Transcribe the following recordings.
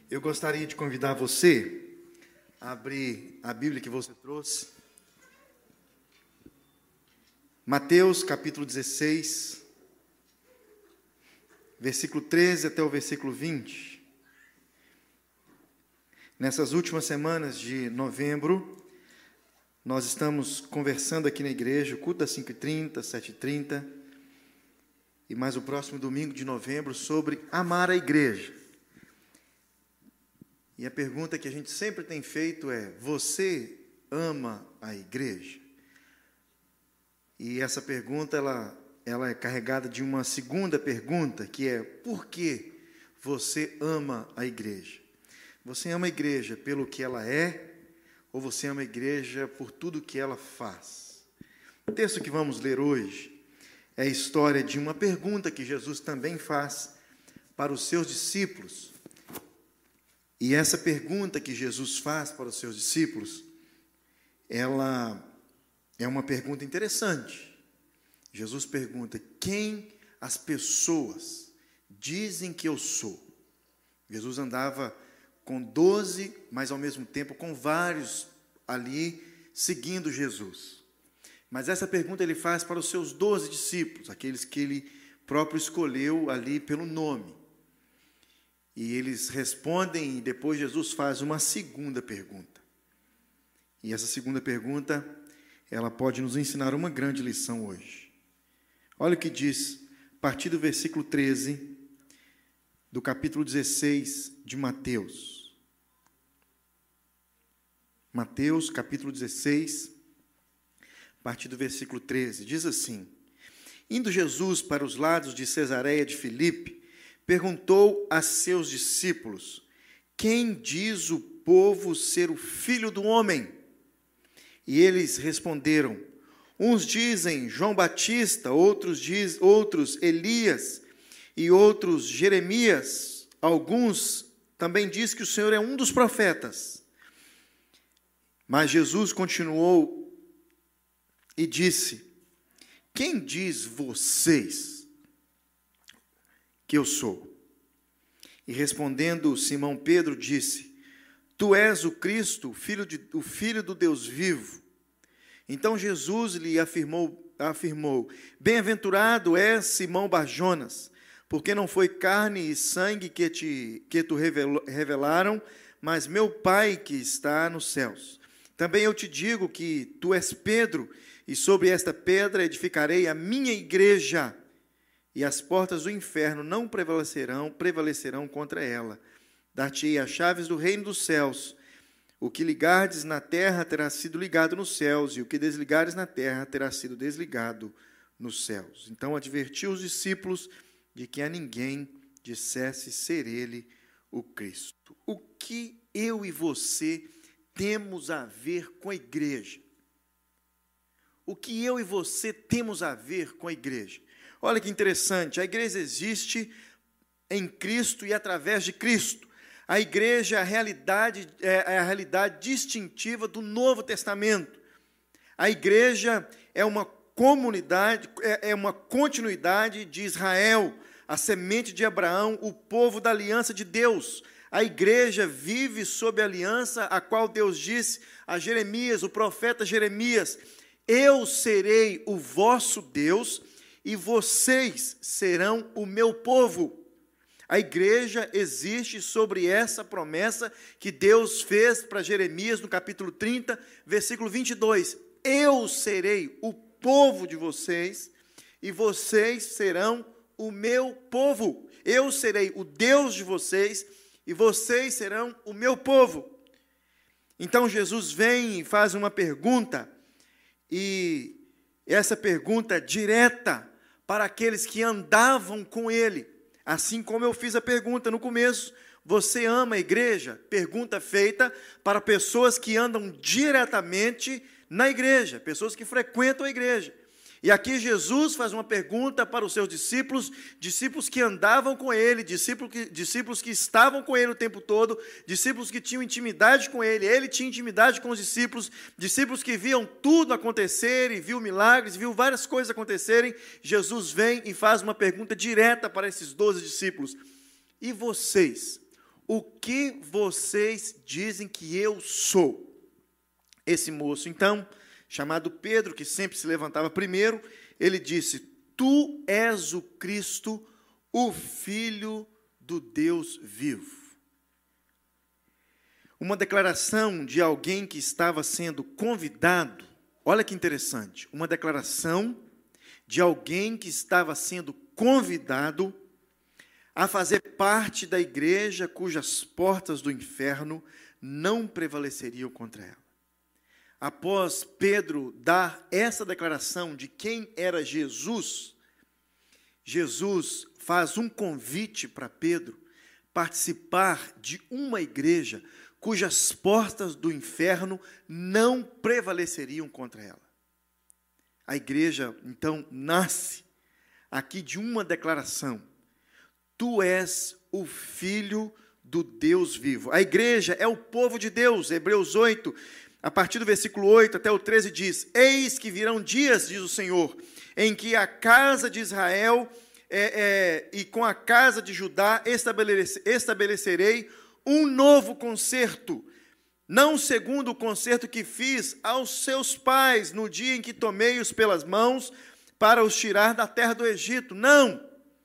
Eu gostaria de convidar você a abrir a Bíblia que você trouxe. Mateus, capítulo 16, versículo 13 até o versículo 20. Nessas últimas semanas de novembro, nós estamos conversando aqui na igreja, o culto das 5h30, 7h30, e mais o próximo domingo de novembro, sobre amar a igreja. E a pergunta que a gente sempre tem feito é: você ama a igreja? E essa pergunta, ela é carregada de uma segunda pergunta, que é: por que você ama a igreja? Você ama a igreja pelo que ela é, ou você ama a igreja por tudo que ela faz? O texto que vamos ler hoje é a história de uma pergunta que Jesus também faz para os seus discípulos. E essa pergunta que Jesus faz para os seus discípulos, ela é uma pergunta interessante. Jesus pergunta: quem as pessoas dizem que eu sou? Jesus andava com 12, mas ao mesmo tempo com vários ali seguindo Jesus. Mas essa pergunta ele faz para os seus 12 discípulos, aqueles que ele próprio escolheu ali pelo nome. E eles respondem, e depois Jesus faz uma segunda pergunta. E essa segunda pergunta, ela pode nos ensinar uma grande lição hoje. Olha o que diz, a partir do versículo 13, do capítulo 16 de Mateus. Mateus, capítulo 16, a partir do versículo 13, diz assim: indo Jesus para os lados de Cesareia de Filipe, perguntou a seus discípulos: quem diz o povo ser o Filho do Homem? E eles responderam: uns dizem João Batista, outros Elias, e outros Jeremias. Alguns também dizem que o Senhor é um dos profetas. Mas Jesus continuou e disse: quem diz vocês que eu sou? E respondendo Simão Pedro disse: tu és o Cristo, o Filho do Deus vivo. Então Jesus lhe afirmou: bem-aventurado és Simão Barjonas, porque não foi carne e sangue que tu revelaram, mas meu Pai que está nos céus. Também eu te digo que tu és Pedro, e sobre esta pedra edificarei a minha igreja, e as portas do inferno não prevalecerão contra ela. Dar-te-ei as chaves do reino dos céus. O que ligardes na terra terá sido ligado nos céus, e o que desligares na terra terá sido desligado nos céus. Então advertiu os discípulos de que a ninguém dissesse ser ele o Cristo. O que eu e você temos a ver com a igreja? O que eu e você temos a ver com a igreja? Olha que interessante, a igreja existe em Cristo e através de Cristo. A igreja é a realidade distintiva do Novo Testamento. A igreja é uma comunidade, é uma continuidade de Israel, a semente de Abraão, o povo da aliança de Deus. A igreja vive sob a aliança a qual Deus disse a Jeremias, o profeta Jeremias: eu serei o vosso Deus e vocês serão o meu povo. A igreja existe sobre essa promessa que Deus fez para Jeremias no capítulo 30, versículo 22. Eu serei o povo de vocês e vocês serão o meu povo. Eu serei o Deus de vocês e vocês serão o meu povo. Então Jesus vem e faz uma pergunta, e essa pergunta é direta para aqueles que andavam com ele. Assim como eu fiz a pergunta no começo: você ama a igreja? Pergunta feita para pessoas que andam diretamente na igreja, pessoas que frequentam a igreja. E aqui Jesus faz uma pergunta para os seus discípulos, discípulos que andavam com ele, discípulos que estavam com ele o tempo todo, discípulos que tinham intimidade com ele tinha intimidade com os discípulos que viam tudo acontecer, e viu milagres, viu várias coisas acontecerem. Jesus vem e faz uma pergunta direta para esses 12 discípulos: e vocês? o que vocês dizem que eu sou? Esse moço, então, chamado Pedro, que sempre se levantava primeiro, ele disse: tu és o Cristo, o Filho do Deus vivo. Uma declaração de alguém que estava sendo convidado, olha que interessante, uma declaração de alguém que estava sendo convidado a fazer parte da igreja cujas portas do inferno não prevaleceriam contra ela. Após Pedro dar essa declaração de quem era Jesus, Jesus faz um convite para Pedro participar de uma igreja cujas portas do inferno não prevaleceriam contra ela. A igreja, então, nasce aqui de uma declaração: tu és o Filho do Deus vivo. A igreja é o povo de Deus. Hebreus 8, a partir do versículo 8 até o 13 diz: eis que virão dias, diz o Senhor, em que a casa de Israel e com a casa de Judá estabelecerei um novo concerto, não segundo o concerto que fiz aos seus pais no dia em que tomei-os pelas mãos para os tirar da terra do Egito. Não!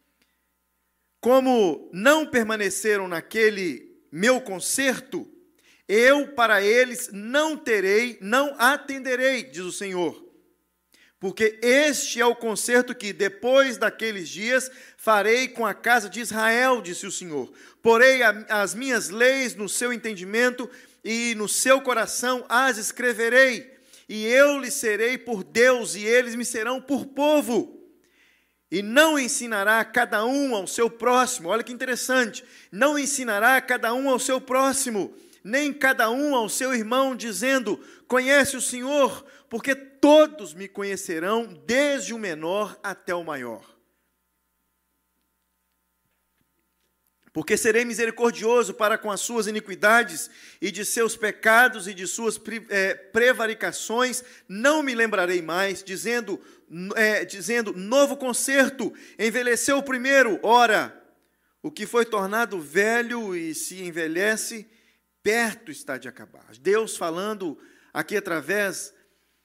Como não permaneceram naquele meu concerto, eu para eles não atenderei, diz o Senhor. Porque este é o concerto que, depois daqueles dias, farei com a casa de Israel, disse o Senhor. Porei as minhas leis no seu entendimento e no seu coração as escreverei. E eu lhes serei por Deus e eles me serão por povo. E não ensinará cada um ao seu próximo. Olha que interessante. Não ensinará cada um ao seu próximo, nem cada um ao seu irmão, dizendo: conhece o Senhor, porque todos me conhecerão, desde o menor até o maior. Porque serei misericordioso para com as suas iniquidades, e de seus pecados e de suas prevaricações não me lembrarei mais, dizendo, novo concerto, envelheceu o primeiro. Ora, o que foi tornado velho e se envelhece, perto está de acabar. Deus falando aqui através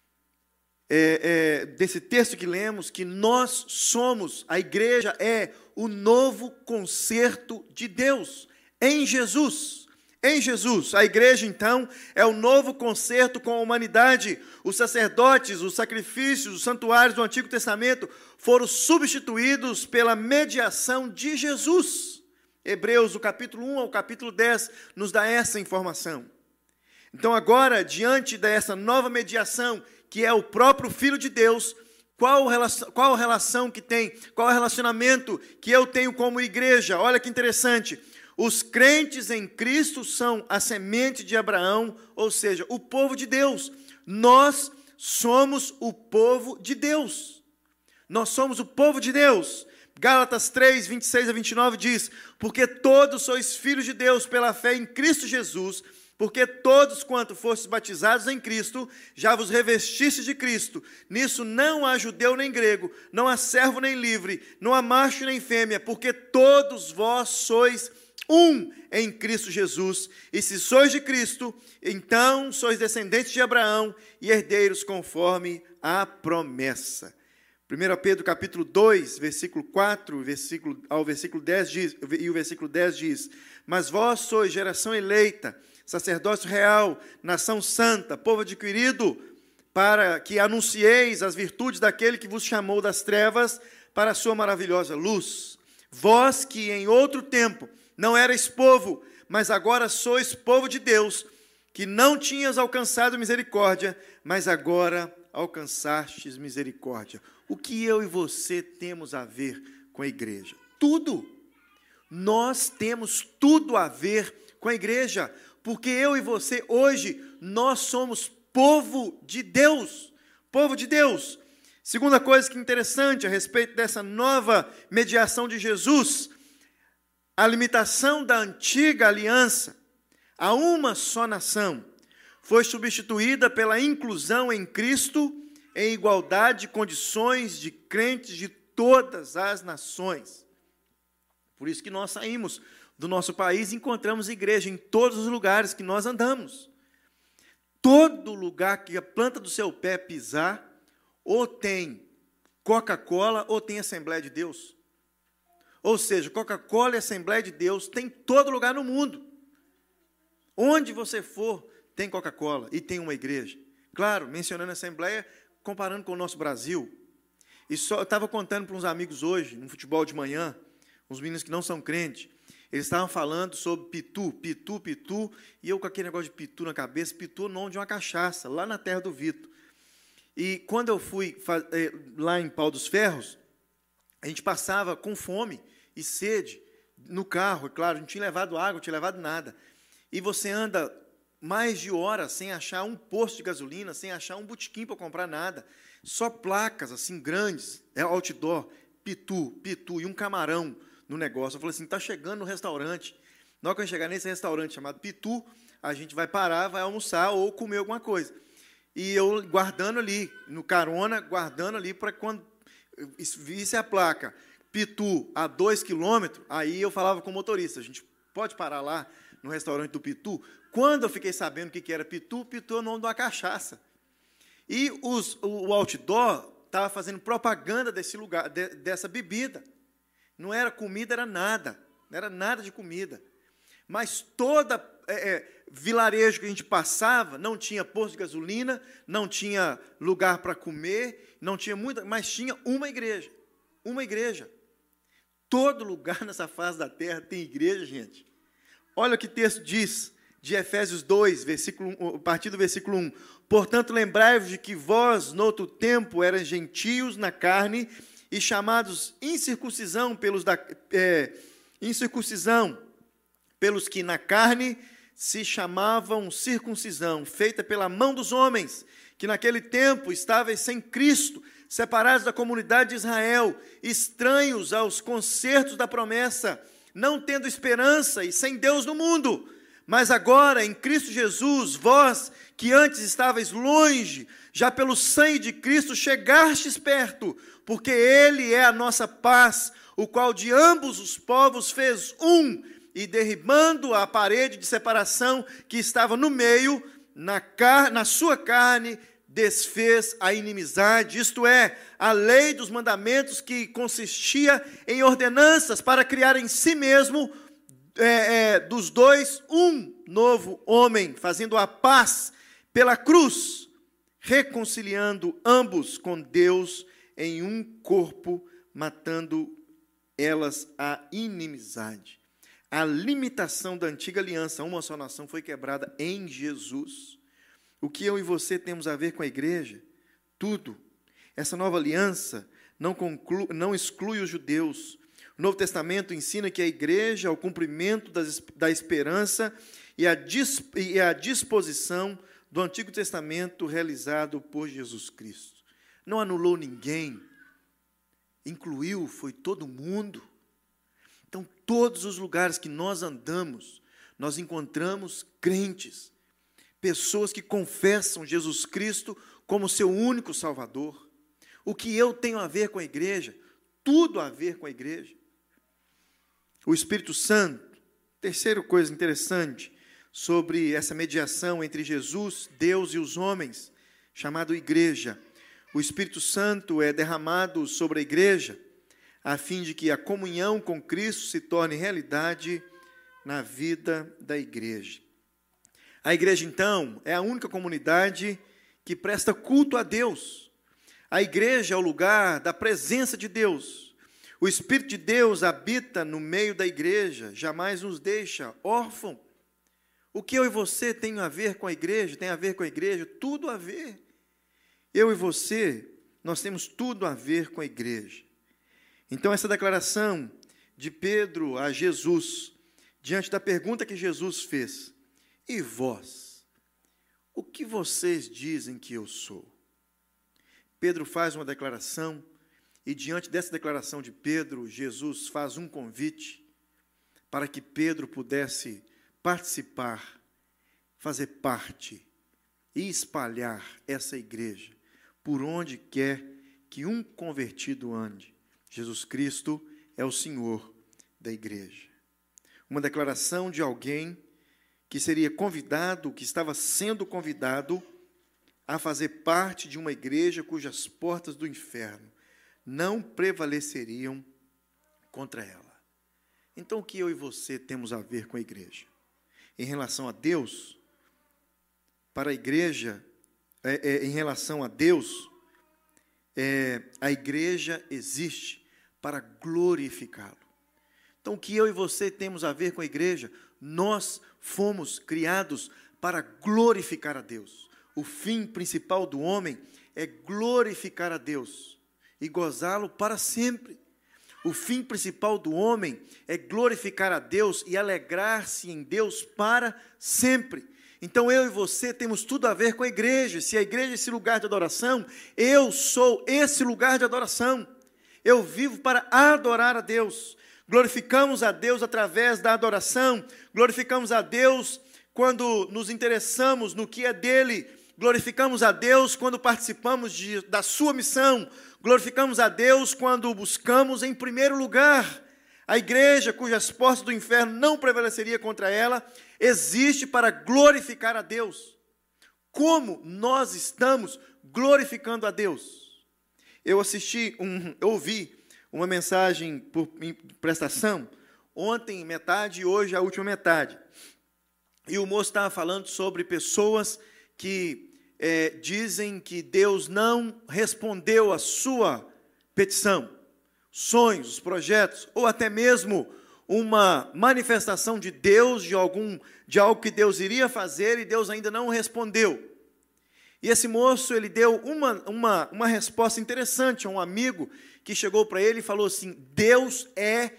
desse texto que lemos, que nós somos, a igreja é o novo concerto de Deus, em Jesus. Em Jesus, a igreja então é o novo concerto com a humanidade. Os sacerdotes, os sacrifícios, os santuários do Antigo Testamento foram substituídos pela mediação de Jesus. Hebreus, do capítulo 1 ao capítulo 10, nos dá essa informação. Então agora, diante dessa nova mediação, que é o próprio Filho de Deus, qual a relação que tem, qual o relacionamento que eu tenho como igreja? Olha que interessante. Os crentes em Cristo são a semente de Abraão, ou seja, o povo de Deus. Nós somos o povo de Deus. Nós somos o povo de Deus. Gálatas 3, 26 a 29 diz: porque todos sois filhos de Deus pela fé em Cristo Jesus, porque todos quanto fostes batizados em Cristo, já vos revestistes de Cristo. Nisso não há judeu nem grego, não há servo nem livre, não há macho nem fêmea, porque todos vós sois um em Cristo Jesus. E se sois de Cristo, então sois descendentes de Abraão e herdeiros conforme a promessa. 1 Pedro capítulo 2, versículo 4 ao versículo 10 diz, e o versículo 10 diz: mas vós sois geração eleita, sacerdócio real, nação santa, povo adquirido, para que anuncieis as virtudes daquele que vos chamou das trevas para a sua maravilhosa luz. Vós que em outro tempo não erais povo, mas agora sois povo de Deus, que não tinhas alcançado misericórdia, mas agora alcançastes misericórdia. O que eu e você temos a ver com a igreja? Tudo. Nós temos tudo a ver com a igreja, porque eu e você hoje, nós somos povo de Deus. Povo de Deus. Segunda coisa que é interessante a respeito dessa nova mediação de Jesus, a limitação da antiga aliança a uma só nação foi substituída pela inclusão em Cristo em igualdade de condições de crentes de todas as nações. Por isso que nós saímos do nosso país, encontramos igreja em todos os lugares que nós andamos. Todo lugar que a planta do seu pé pisar, ou tem Coca-Cola, ou tem Assembleia de Deus. Ou seja, Coca-Cola e Assembleia de Deus tem em todo lugar no mundo. Onde você for, tem Coca-Cola e tem uma igreja. Claro, mencionando a Assembleia, comparando com o nosso Brasil. Eu estava contando para uns amigos hoje, no futebol de manhã, uns meninos que não são crentes, eles estavam falando sobre pitu, e eu com aquele negócio de pitu na cabeça. Pitu é o nome de uma cachaça, lá na terra do Vito. E quando eu fui lá em Pau dos Ferros, a gente passava com fome e sede no carro, claro, não tinha levado água, não tinha levado nada. E você anda mais de hora sem achar um posto de gasolina, sem achar um botequim para comprar nada. Só placas assim grandes, outdoor, pitu, e um camarão no negócio. Eu falei assim, está chegando no restaurante. Na hora que eu chegar nesse restaurante chamado Pitu, a gente vai parar, vai almoçar ou comer alguma coisa. E eu guardando ali, no carona, guardando ali para quando visse a placa Pitu a 2 quilômetros, aí eu falava com o motorista, a gente pode parar lá no restaurante do Pitu? Quando eu fiquei sabendo o que era Pitu, Pitu é o nome de uma cachaça. E o outdoor estava fazendo propaganda desse lugar, dessa bebida. Não era comida, era nada. Não era nada de comida. Mas toda vilarejo que a gente passava, não tinha posto de gasolina, não tinha lugar para comer, não tinha muita, mas tinha uma igreja. Uma igreja. Todo lugar nessa face da terra tem igreja, gente. Olha o que o texto diz, de Efésios 2, a partir do versículo 1. Portanto, lembrai-vos de que vós, no outro tempo, eras gentios na carne e chamados incircuncisão pelos que na carne se chamavam circuncisão, feita pela mão dos homens, que naquele tempo estáveis sem Cristo, separados da comunidade de Israel, estranhos aos concertos da promessa, não tendo esperança e sem Deus no mundo. Mas agora, em Cristo Jesus, vós, que antes estáveis longe, já pelo sangue de Cristo chegastes perto, porque Ele é a nossa paz, o qual de ambos os povos fez um, e derribando a parede de separação que estava no meio, na sua carne, desfez a inimizade, isto é, a lei dos mandamentos que consistia em ordenanças para criar em si mesmo dos dois um novo homem, fazendo a paz pela cruz, reconciliando ambos com Deus em um corpo, matando elas a inimizade. A limitação da antiga aliança, uma só nação, foi quebrada em Jesus. O que eu e você temos a ver com a igreja? Tudo. Essa nova aliança não exclui os judeus. O Novo Testamento ensina que a igreja é o cumprimento da esperança e a disposição do Antigo Testamento realizado por Jesus Cristo. Não anulou ninguém, incluiu, foi todo mundo. Então, todos os lugares que nós andamos, nós encontramos crentes, pessoas que confessam Jesus Cristo como seu único Salvador. O que eu tenho a ver com a igreja? Tudo a ver com a igreja. O Espírito Santo, terceira coisa interessante sobre essa mediação entre Jesus, Deus e os homens, chamado igreja. O Espírito Santo é derramado sobre a igreja, a fim de que a comunhão com Cristo se torne realidade na vida da igreja. A igreja, então, é a única comunidade que presta culto a Deus. A igreja é o lugar da presença de Deus. O Espírito de Deus habita no meio da igreja, jamais nos deixa órfãos. O que eu e você tem a ver com a igreja? Tem a ver com a igreja? Tudo a ver. Eu e você, nós temos tudo a ver com a igreja. Então, essa declaração de Pedro a Jesus, diante da pergunta que Jesus fez: e vós? O que vocês dizem que eu sou? Pedro faz uma declaração, e diante dessa declaração de Pedro, Jesus faz um convite para que Pedro pudesse participar, fazer parte e espalhar essa igreja por onde quer que um convertido ande. Jesus Cristo é o Senhor da igreja. uma declaração de alguém que seria convidado, que estava sendo convidado a fazer parte de uma igreja cujas portas do inferno não prevaleceriam contra ela. Então, o que eu e você temos a ver com a igreja? Em relação a Deus, para a igreja, em relação a Deus, a igreja existe para glorificá-lo. Então, o que eu e você temos a ver com a igreja? Nós fomos criados para glorificar a Deus. O fim principal do homem é glorificar a Deus e gozá-lo para sempre. O fim principal do homem é glorificar a Deus e alegrar-se em Deus para sempre. Então, eu e você temos tudo a ver com a igreja. Se a igreja é esse lugar de adoração, eu sou esse lugar de adoração. Eu vivo para adorar a Deus. Glorificamos a Deus através da adoração. Glorificamos a Deus quando nos interessamos no que é dele. Glorificamos a Deus quando participamos da sua missão. Glorificamos a Deus quando buscamos em primeiro lugar. A igreja, cujas portas do inferno não prevaleceria contra ela, existe para glorificar a Deus. Como nós estamos glorificando a Deus? Eu ouvi uma mensagem por prestação, ontem metade e hoje a última metade. E o moço estava falando sobre pessoas que dizem que Deus não respondeu a sua petição, sonhos, os projetos, ou até mesmo uma manifestação de Deus, de algo que Deus iria fazer e Deus ainda não respondeu. E esse moço, ele deu uma resposta interessante a um amigo que chegou para ele e falou assim: Deus,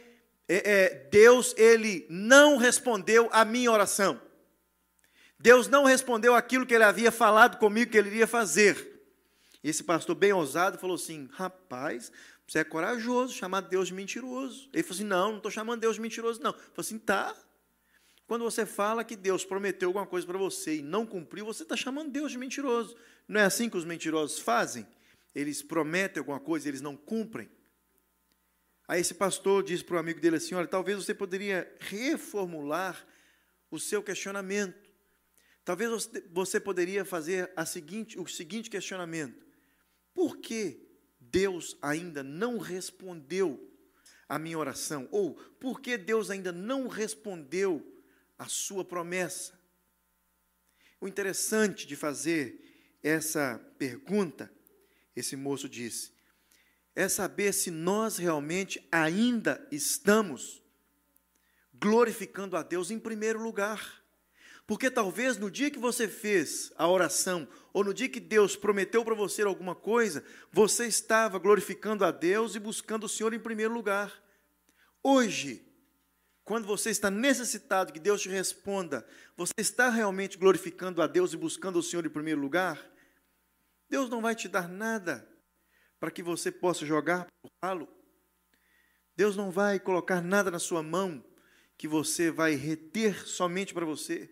ele não respondeu a minha oração. Deus não respondeu aquilo que ele havia falado comigo que ele iria fazer. E esse pastor bem ousado falou assim: rapaz, você é corajoso, chamar Deus de mentiroso. Ele falou assim: não estou chamando Deus de mentiroso, não. Ele falou assim: tá. Quando você fala que Deus prometeu alguma coisa para você e não cumpriu, você está chamando Deus de mentiroso. Não é assim que os mentirosos fazem? Eles prometem alguma coisa e eles não cumprem. Aí esse pastor disse para o amigo dele assim: olha, talvez você poderia reformular o seu questionamento. Talvez você poderia fazer o seguinte questionamento: por que Deus ainda não respondeu a minha oração? Ou por que Deus ainda não respondeu a sua promessa? O interessante de fazer essa pergunta, esse moço disse, é saber se nós realmente ainda estamos glorificando a Deus em primeiro lugar. Porque talvez no dia que você fez a oração, ou no dia que Deus prometeu para você alguma coisa, você estava glorificando a Deus e buscando o Senhor em primeiro lugar. Hoje, quando você está necessitado que Deus te responda, você está realmente glorificando a Deus e buscando o Senhor em primeiro lugar? Deus não vai te dar nada para que você possa jogar para o ralo. Deus não vai colocar nada na sua mão que você vai reter somente para você.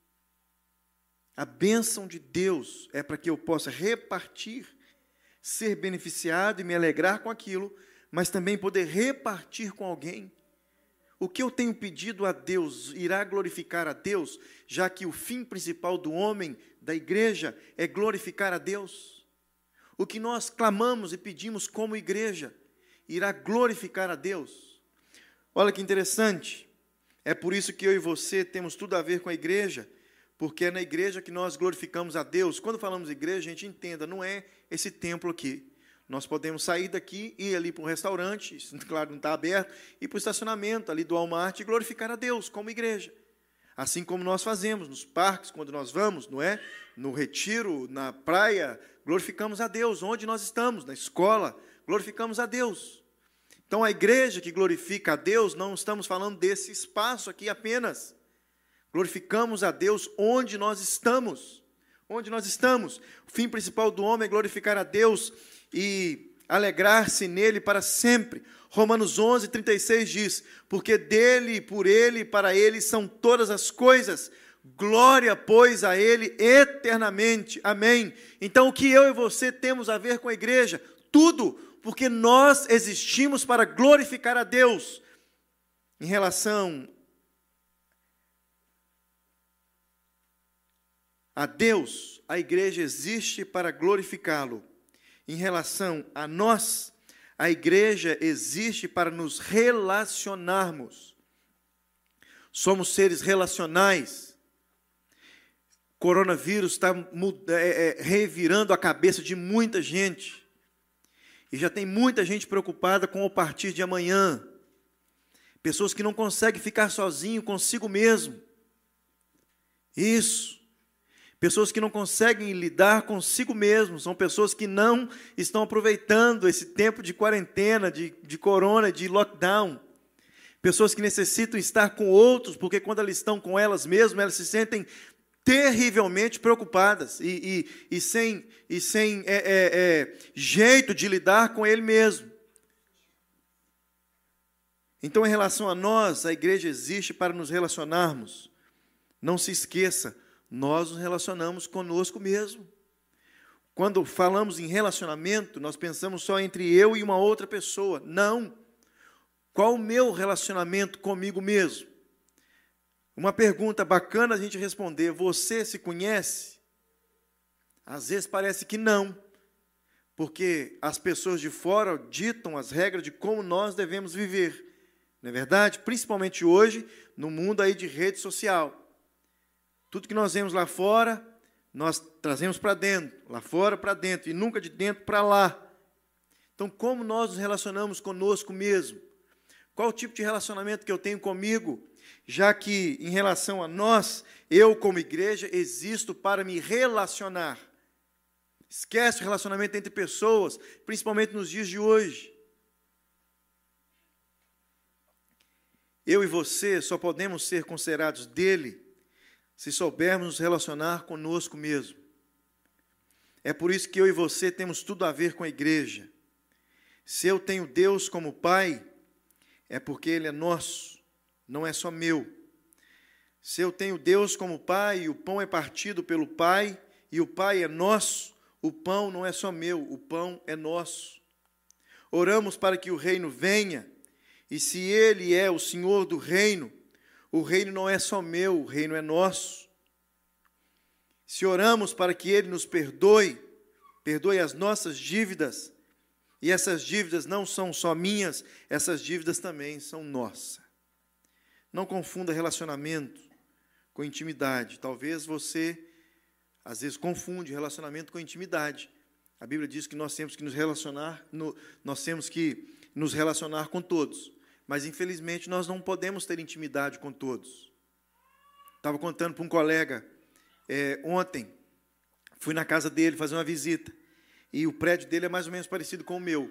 A bênção de Deus é para que eu possa repartir, ser beneficiado e me alegrar com aquilo, mas também poder repartir com alguém. O que eu tenho pedido a Deus irá glorificar a Deus, já que o fim principal do homem, da igreja, é glorificar a Deus. O que nós clamamos e pedimos como igreja irá glorificar a Deus. Olha que interessante, é por isso que eu e você temos tudo a ver com a igreja, porque é na igreja que nós glorificamos a Deus. Quando falamos igreja, a gente entenda, não é esse templo aqui. Nós podemos sair daqui, ir ali para um restaurante, claro, não está aberto, ir para o estacionamento ali do Walmart e glorificar a Deus como igreja. Assim como nós fazemos nos parques, quando nós vamos, não é? No retiro, na praia, glorificamos a Deus. Onde nós estamos, na escola, glorificamos a Deus. Então, a igreja que glorifica a Deus, não estamos falando desse espaço aqui apenas. Glorificamos a Deus onde nós estamos. Onde nós estamos. O fim principal do homem é glorificar a Deus e alegrar-se nele para sempre. Romanos 11:36 diz: porque dele, por ele e para ele são todas as coisas. Glória, pois, a ele eternamente. Amém. Então, o que eu e você temos a ver com a igreja? Tudo, porque nós existimos para glorificar a Deus. Em relação a Deus, a igreja existe para glorificá-lo. Em relação a nós, a igreja existe para nos relacionarmos. Somos seres relacionais. O coronavírus está revirando a cabeça de muita gente. E já tem muita gente preocupada com o partir de amanhã. Pessoas que não conseguem ficar sozinho consigo mesmo. Isso. Pessoas que não conseguem lidar consigo mesmo. São pessoas que não estão aproveitando esse tempo de quarentena, de corona, de lockdown. Pessoas que necessitam estar com outros, porque quando elas estão com elas mesmas, elas se sentem terrivelmente preocupadas e sem jeito de lidar com ele mesmo. Então, em relação a nós, a igreja existe para nos relacionarmos. Não se esqueça, nós nos relacionamos conosco mesmo. Quando falamos em relacionamento, nós pensamos só entre eu e uma outra pessoa. Não. Qual o meu relacionamento comigo mesmo? Uma pergunta bacana a gente responder: você se conhece? Às vezes parece que não, porque as pessoas de fora ditam as regras de como nós devemos viver. Não é verdade? Principalmente hoje, no mundo aí de rede social. Tudo que nós vemos lá fora, nós trazemos para dentro, lá fora para dentro, e nunca de dentro para lá. Então, como nós nos relacionamos conosco mesmo? Qual o tipo de relacionamento que eu tenho comigo? Já que, em relação a nós, eu, como igreja, existo para me relacionar. Esquece o relacionamento entre pessoas, principalmente nos dias de hoje. Eu e você só podemos ser considerados dele se soubermos nos relacionar conosco mesmo. É por isso que eu e você temos tudo a ver com a igreja. Se eu tenho Deus como Pai, é porque Ele é nosso, não é só meu. Se eu tenho Deus como Pai, e o pão é partido pelo Pai, e o Pai é nosso, o pão não é só meu, o pão é nosso. Oramos para que o reino venha, e se Ele é o Senhor do reino, o reino não é só meu, o reino é nosso. Se oramos para que Ele nos perdoe as nossas dívidas, e essas dívidas não são só minhas, essas dívidas também são nossas. Não confunda relacionamento com intimidade. Talvez você, às vezes, confunde relacionamento com intimidade. A Bíblia diz que nós temos que nos relacionar com todos. Mas, infelizmente, nós não podemos ter intimidade com todos. Estava contando para um colega, ontem, fui na casa dele fazer uma visita, e o prédio dele é mais ou menos parecido com o meu,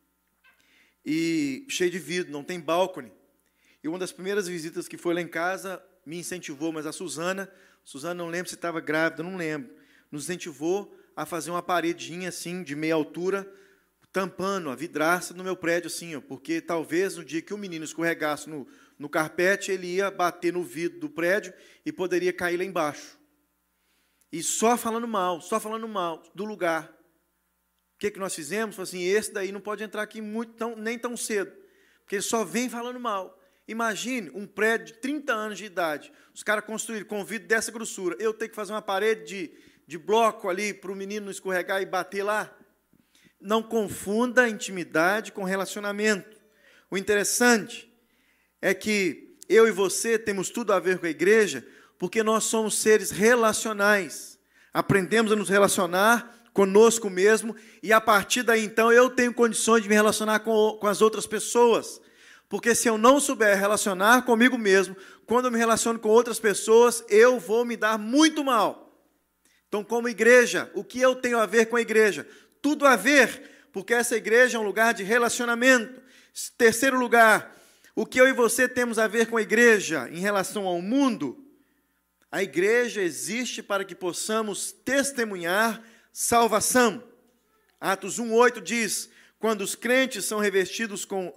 e cheio de vidro, não tem balcone. E uma das primeiras visitas que foi lá em casa, me incentivou, mas a Suzana não lembro se estava grávida, não lembro, nos incentivou a fazer uma paredinha assim, de meia altura, tampando a vidraça no meu prédio, assim, porque talvez no dia que o menino escorregasse no carpete, ele ia bater no vidro do prédio e poderia cair lá embaixo. E só falando mal do lugar. O que nós fizemos? Foi assim, esse daí não pode entrar aqui nem tão cedo, porque ele só vem falando mal. Imagine um prédio de 30 anos de idade, os caras construíram com vidro dessa grossura, eu tenho que fazer uma parede de bloco ali para o menino não escorregar e bater lá. Não confunda intimidade com relacionamento. O interessante é que eu e você temos tudo a ver com a igreja, porque nós somos seres relacionais. Aprendemos a nos relacionar conosco mesmo, e a partir daí, então, eu tenho condições de me relacionar com as outras pessoas. Porque se eu não souber relacionar comigo mesmo, quando eu me relaciono com outras pessoas, eu vou me dar muito mal. Então, como igreja, o que eu tenho a ver com a igreja? Tudo a ver, porque essa igreja é um lugar de relacionamento. Terceiro lugar, o que eu e você temos a ver com a igreja em relação ao mundo? A igreja existe para que possamos testemunhar salvação. Atos 1:8 diz: quando os crentes foram revestidos com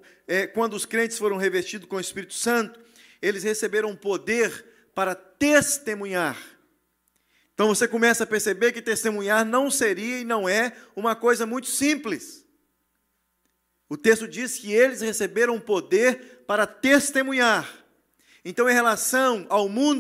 o Espírito Santo, eles receberam poder para testemunhar. Então você começa a perceber que testemunhar não seria e não é uma coisa muito simples. O texto diz que eles receberam poder para testemunhar. Então, em relação ao mundo,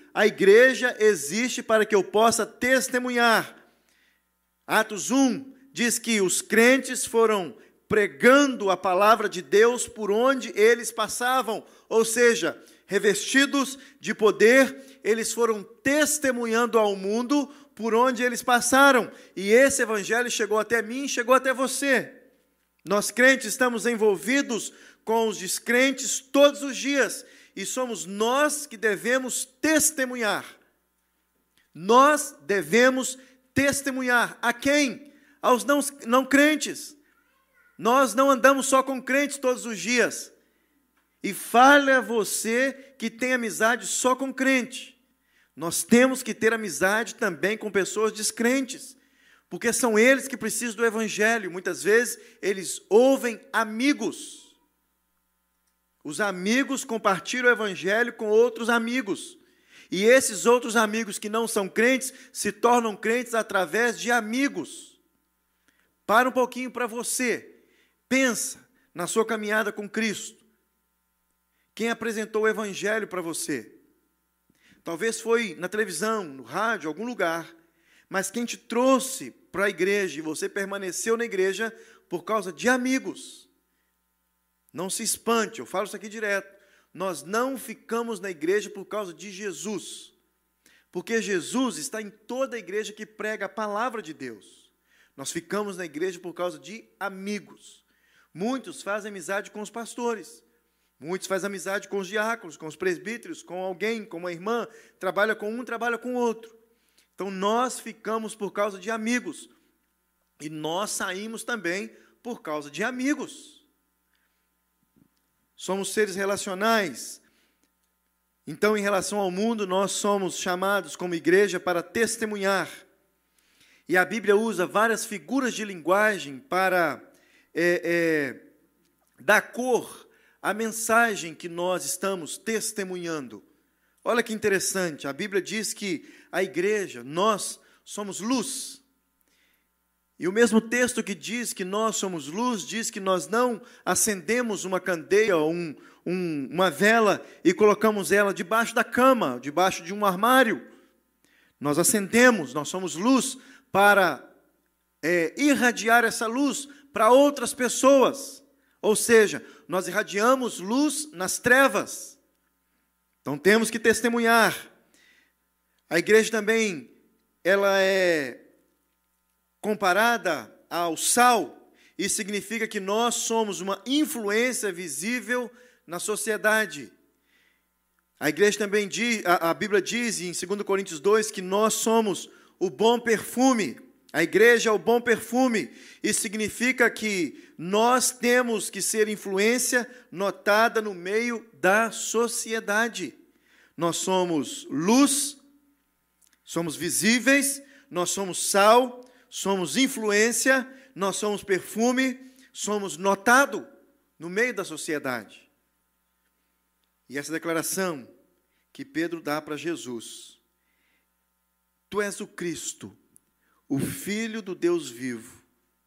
a igreja existe para que eu possa testemunhar. Atos 1 diz que os crentes foram pregando a palavra de Deus por onde eles passavam, ou seja, revestidos de poder, eles foram testemunhando ao mundo por onde eles passaram, e esse evangelho chegou até mim, chegou até você. Nós crentes estamos envolvidos com os descrentes todos os dias, e somos nós que devemos testemunhar. Nós devemos testemunhar. A quem? Aos não crentes. Nós não andamos só com crentes todos os dias. E falha você que tem amizade só com crente. Nós temos que ter amizade também com pessoas descrentes, porque são eles que precisam do evangelho. Muitas vezes eles ouvem amigos. Os amigos compartilham o evangelho com outros amigos. E esses outros amigos que não são crentes se tornam crentes através de amigos. Para um pouquinho para você. Pensa na sua caminhada com Cristo. Quem apresentou o evangelho para você? Talvez foi na televisão, no rádio, algum lugar. Mas quem te trouxe para a igreja e você permaneceu na igreja por causa de amigos. Não se espante, eu falo isso aqui direto. Nós não ficamos na igreja por causa de Jesus. Porque Jesus está em toda a igreja que prega a palavra de Deus. Nós ficamos na igreja por causa de amigos. Muitos fazem amizade com os pastores. Muitos fazem amizade com os diáconos, com os presbíteros, com alguém, com uma irmã. Trabalha com um, trabalha com o outro. Então, nós ficamos por causa de amigos. E nós saímos também por causa de amigos. Somos seres relacionais. Então, em relação ao mundo, nós somos chamados como igreja para testemunhar. E a Bíblia usa várias figuras de linguagem para dar cor à mensagem que nós estamos testemunhando. Olha que interessante, a Bíblia diz que a igreja, nós somos luz. E o mesmo texto que diz que nós somos luz, diz que nós não acendemos uma candeia ou uma vela e colocamos ela debaixo da cama, debaixo de um armário. Nós acendemos, nós somos luz para irradiar essa luz para outras pessoas. Ou seja, nós irradiamos luz nas trevas. Então temos que testemunhar. A igreja também, ela é comparada ao sal. Isso significa que nós somos uma influência visível na sociedade. A igreja também diz, a Bíblia diz em 2 Coríntios 2 que nós somos o bom perfume. A igreja é o bom perfume. Isso significa que nós temos que ser influência notada no meio da sociedade. Nós somos luz, somos visíveis, nós somos sal, somos influência, nós somos perfume, somos notado no meio da sociedade. E essa declaração que Pedro dá para Jesus: Tu és o Cristo, o Filho do Deus vivo,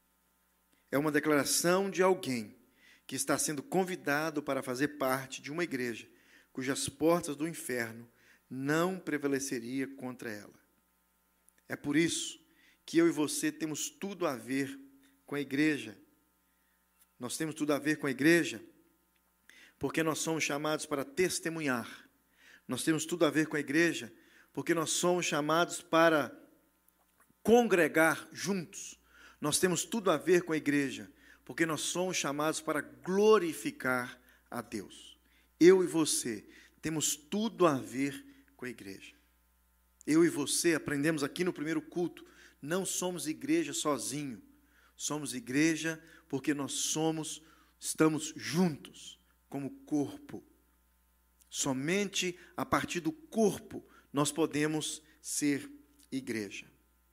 é uma declaração de alguém que está sendo convidado para fazer parte de uma igreja cujas portas do inferno não prevaleceria contra ela. É por isso que eu e você temos tudo a ver com a igreja. Nós temos tudo a ver com a igreja porque nós somos chamados para testemunhar. Nós temos tudo a ver com a igreja porque nós somos chamados para congregar juntos. Nós temos tudo a ver com a igreja, porque nós somos chamados para glorificar a Deus. Eu e você temos tudo a ver com a igreja. Eu e você aprendemos aqui no primeiro culto, não somos igreja sozinho, somos igreja porque nós estamos juntos como corpo. Somente a partir do corpo nós podemos ser igreja.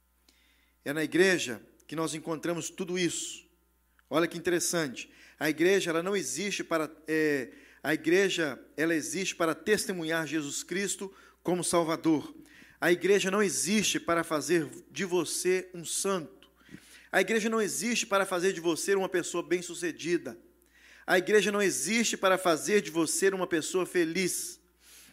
É na igreja que nós encontramos tudo isso. Olha que interessante. A igreja, ela não existe para a igreja, ela existe para testemunhar Jesus Cristo como Salvador. A igreja não existe para fazer de você um santo. A igreja não existe para fazer de você uma pessoa bem-sucedida. A igreja não existe para fazer de você uma pessoa feliz.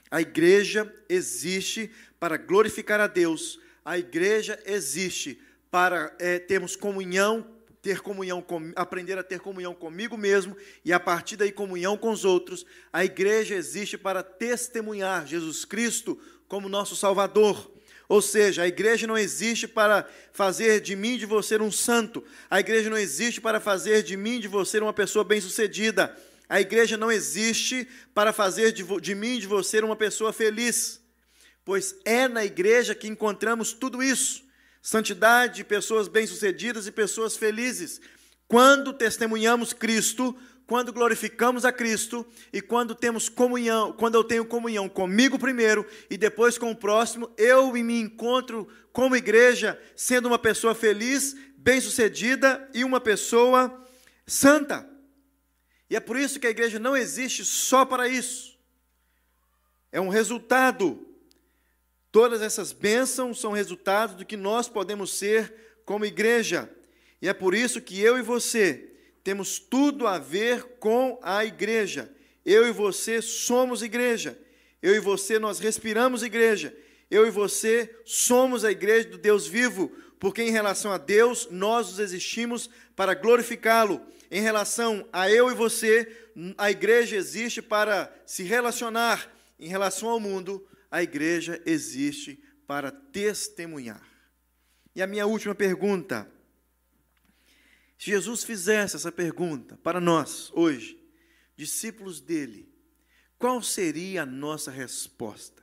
A igreja existe para glorificar a Deus. A igreja existe para termos comunhão, aprender a ter comunhão comigo mesmo e a partir daí comunhão com os outros. A igreja existe para testemunhar Jesus Cristo como nosso Salvador. Ou seja, a igreja não existe para fazer de mim e de você um santo. A igreja não existe para fazer de mim e de você uma pessoa bem-sucedida. A igreja não existe para fazer de mim e de você uma pessoa feliz. Pois é na igreja que encontramos tudo isso. Santidade, pessoas bem-sucedidas e pessoas felizes. Quando testemunhamos Cristo, quando glorificamos a Cristo e quando temos comunhão, quando eu tenho comunhão comigo primeiro e depois com o próximo, eu me encontro como igreja sendo uma pessoa feliz, bem-sucedida e uma pessoa santa. E é por isso que a igreja não existe só para isso. É um resultado. Todas essas bênçãos são resultado do que nós podemos ser como igreja. E é por isso que eu e você temos tudo a ver com a igreja. Eu e você somos igreja. Eu e você, nós respiramos igreja. Eu e você somos a igreja do Deus vivo, porque em relação a Deus, nós nos existimos para glorificá-lo. Em relação a eu e você, a igreja existe para se relacionar. Em relação ao mundo, a igreja existe para testemunhar. E a minha última pergunta: se Jesus fizesse essa pergunta para nós, hoje, discípulos dele, qual seria a nossa resposta?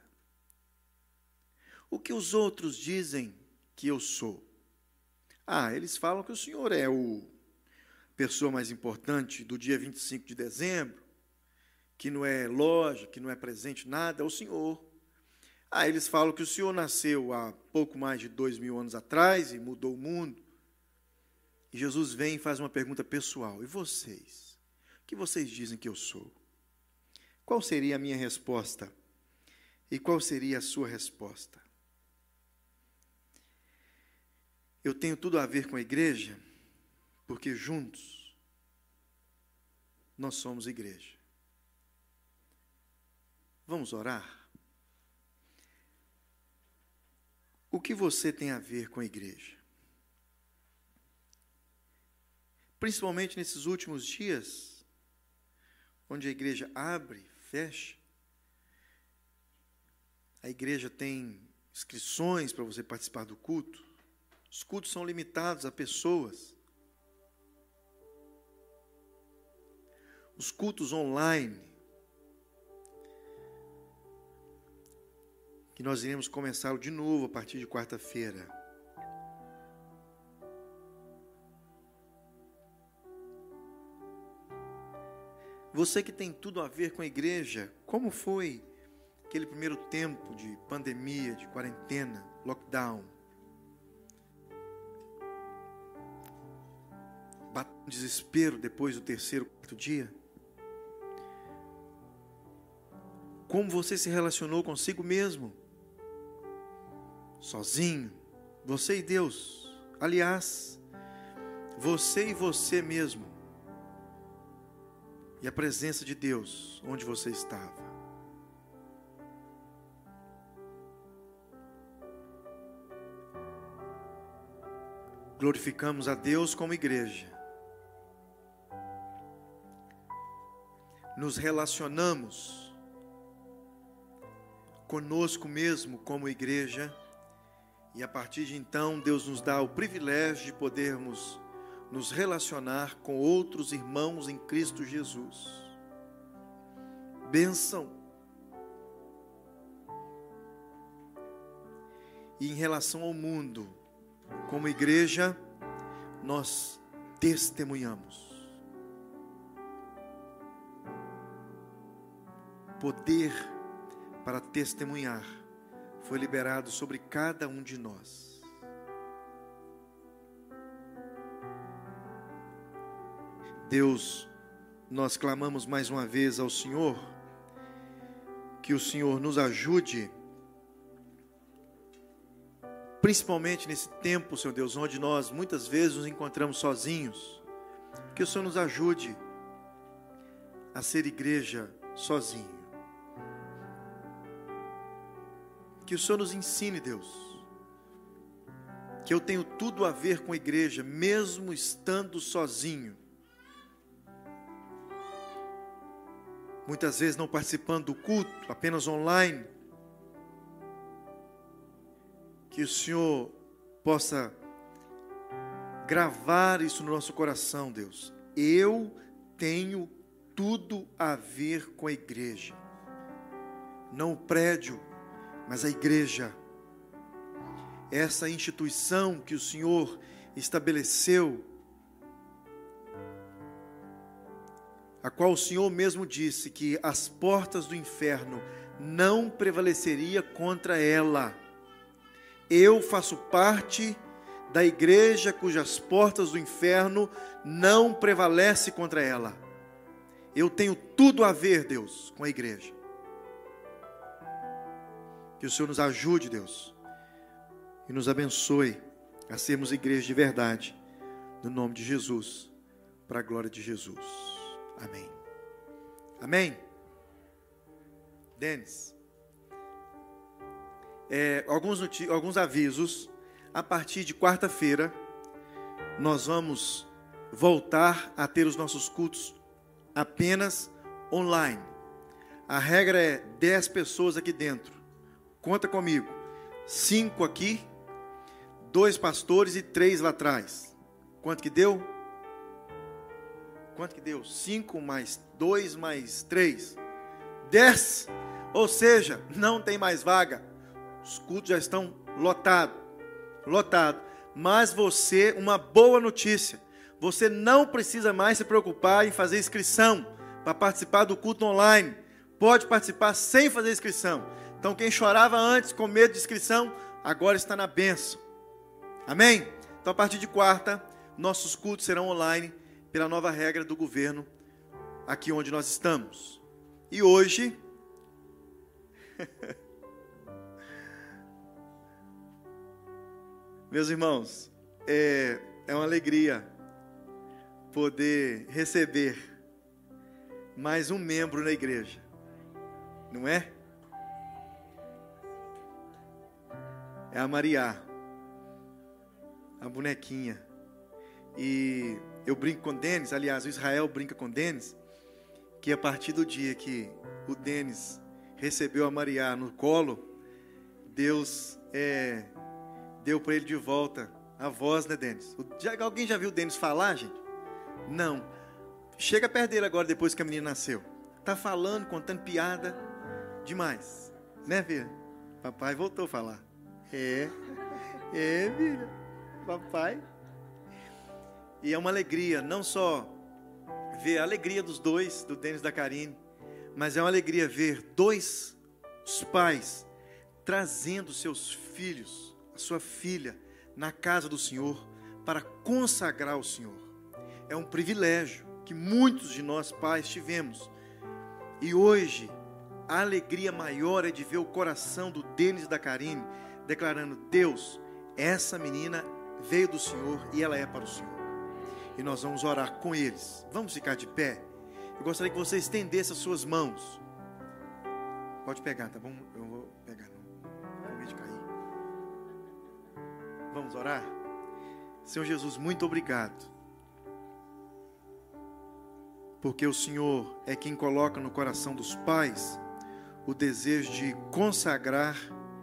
O que os outros dizem que eu sou? Eles falam que o Senhor é a pessoa mais importante do dia 25 de dezembro, que não é loja, que não é presente, nada, é o Senhor. Eles falam que o Senhor nasceu há pouco mais de 2000 anos atrás e mudou o mundo. E Jesus vem e faz uma pergunta pessoal. E vocês? O que vocês dizem que eu sou? Qual seria a minha resposta? E qual seria a sua resposta? Eu tenho tudo a ver com a igreja, porque juntos nós somos igreja. Vamos orar? O que você tem a ver com a igreja? Principalmente nesses últimos dias, onde a igreja abre, fecha. A igreja tem inscrições para você participar do culto. Os cultos são limitados a pessoas. Os cultos online, que nós iremos começá-lo de novo a partir de quarta-feira. Você que tem tudo a ver com a igreja, como foi aquele primeiro tempo de pandemia, de quarentena, lockdown? Bateu um desespero depois do terceiro, quarto dia? Como você se relacionou consigo mesmo? Sozinho, você e Deus. Aliás, você e você mesmo. E a presença de Deus, onde você estava. Glorificamos a Deus como igreja. Nos relacionamos conosco mesmo como igreja. E a partir de então, Deus nos dá o privilégio de podermos nos relacionar com outros irmãos em Cristo Jesus. Bênção. E em relação ao mundo, como igreja, nós testemunhamos. Poder para testemunhar foi liberado sobre cada um de nós. Deus, nós clamamos mais uma vez ao Senhor, que o Senhor nos ajude, principalmente nesse tempo, Senhor Deus, onde nós muitas vezes nos encontramos sozinhos, que o Senhor nos ajude a ser igreja sozinho. Que o Senhor nos ensine, Deus, que eu tenho tudo a ver com a igreja, mesmo estando sozinho. Muitas vezes não participando do culto, apenas online. Que o Senhor possa gravar isso no nosso coração, Deus. Eu tenho tudo a ver com a igreja. Não o prédio, mas a igreja. Essa instituição que o Senhor estabeleceu, a qual o Senhor mesmo disse que as portas do inferno não prevaleceria contra ela. Eu faço parte da igreja cujas portas do inferno não prevalecem contra ela. Eu tenho tudo a ver, Deus, com a igreja. Que o Senhor nos ajude, Deus, e nos abençoe a sermos igreja de verdade, no nome de Jesus, para a glória de Jesus. Amém. Amém? Denis, alguns avisos. A partir de quarta-feira, nós vamos voltar a ter os nossos cultos apenas online. A regra é 10 pessoas aqui dentro. Conta comigo. 5 aqui, 2 pastores e 3 lá atrás. Quanto que deu? Quanto que deu? 5 mais 2 mais 3. 10. Ou seja, não tem mais vaga. Os cultos já estão lotados. Mas você, uma boa notícia. Você não precisa mais se preocupar em fazer inscrição para participar do culto online. Pode participar sem fazer inscrição. Então quem chorava antes com medo de inscrição, agora está na bênção. Amém? Então a partir de quarta, nossos cultos serão online pela nova regra do governo aqui onde nós estamos. E hoje meus irmãos, é uma alegria poder receber mais um membro na igreja, não é? É a Maria, a bonequinha. E eu brinco com o Denis, aliás, o Israel brinca com o Denis, que a partir do dia que o Denis recebeu a Maria no colo, Deus deu para ele de volta a voz, né, Denis? Alguém já viu o Denis falar, gente? Não. Chega perto dele agora, depois que a menina nasceu. Tá falando, contando piada demais. Né, filha? Papai voltou a falar. Filha. Papai. E é uma alegria, não só ver a alegria dos dois, do Denis e da Karine, mas é uma alegria ver os pais trazendo seus filhos, a sua filha, na casa do Senhor, para consagrar o Senhor. É um privilégio que muitos de nós pais tivemos. E hoje, a alegria maior é de ver o coração do Denis e da Karine declarando: Deus, essa menina veio do Senhor e ela é para o Senhor. E nós vamos orar com eles. Vamos ficar de pé? Eu gostaria que você estendesse as suas mãos. Pode pegar, tá bom? Eu vou pegar, não com medo de cair. Vamos orar? Senhor Jesus, muito obrigado, porque o Senhor é quem coloca no coração dos pais o desejo de consagrar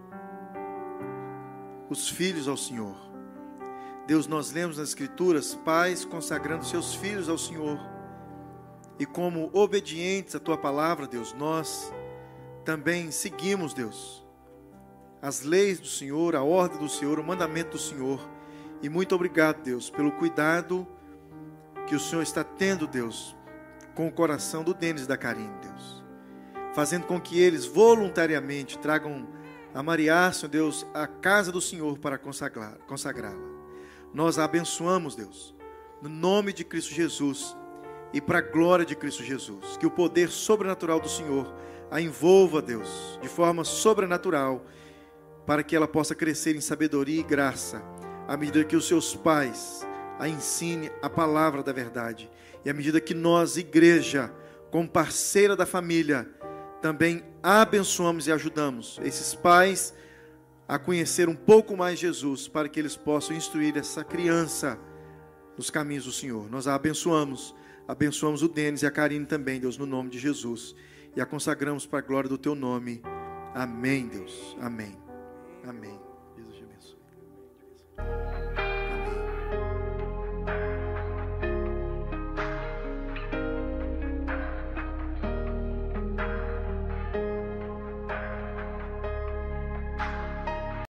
os filhos ao Senhor. Deus, nós lemos nas Escrituras pais consagrando seus filhos ao Senhor, e como obedientes à Tua palavra, Deus, nós também seguimos, Deus, as leis do Senhor, a ordem do Senhor, o mandamento do Senhor. E muito obrigado, Deus, pelo cuidado que o Senhor está tendo, Deus, com o coração do Denis e da Karine, Deus, fazendo com que eles voluntariamente tragam a Maria, Senhor Deus, à casa do Senhor para consagrá-la. Nós a abençoamos, Deus, no nome de Cristo Jesus e para a glória de Cristo Jesus. Que o poder sobrenatural do Senhor a envolva, Deus, de forma sobrenatural, para que ela possa crescer em sabedoria e graça, à medida que os seus pais a ensinem a palavra da verdade. E à medida que nós, igreja, como parceira da família, também abençoamos e ajudamos esses pais a conhecer um pouco mais Jesus, para que eles possam instruir essa criança nos caminhos do Senhor. Nós a abençoamos o Denis e a Karine também, Deus, no nome de Jesus, e a consagramos para a glória do teu nome. Amém, Deus, amém, amém. Jesus te abençoe.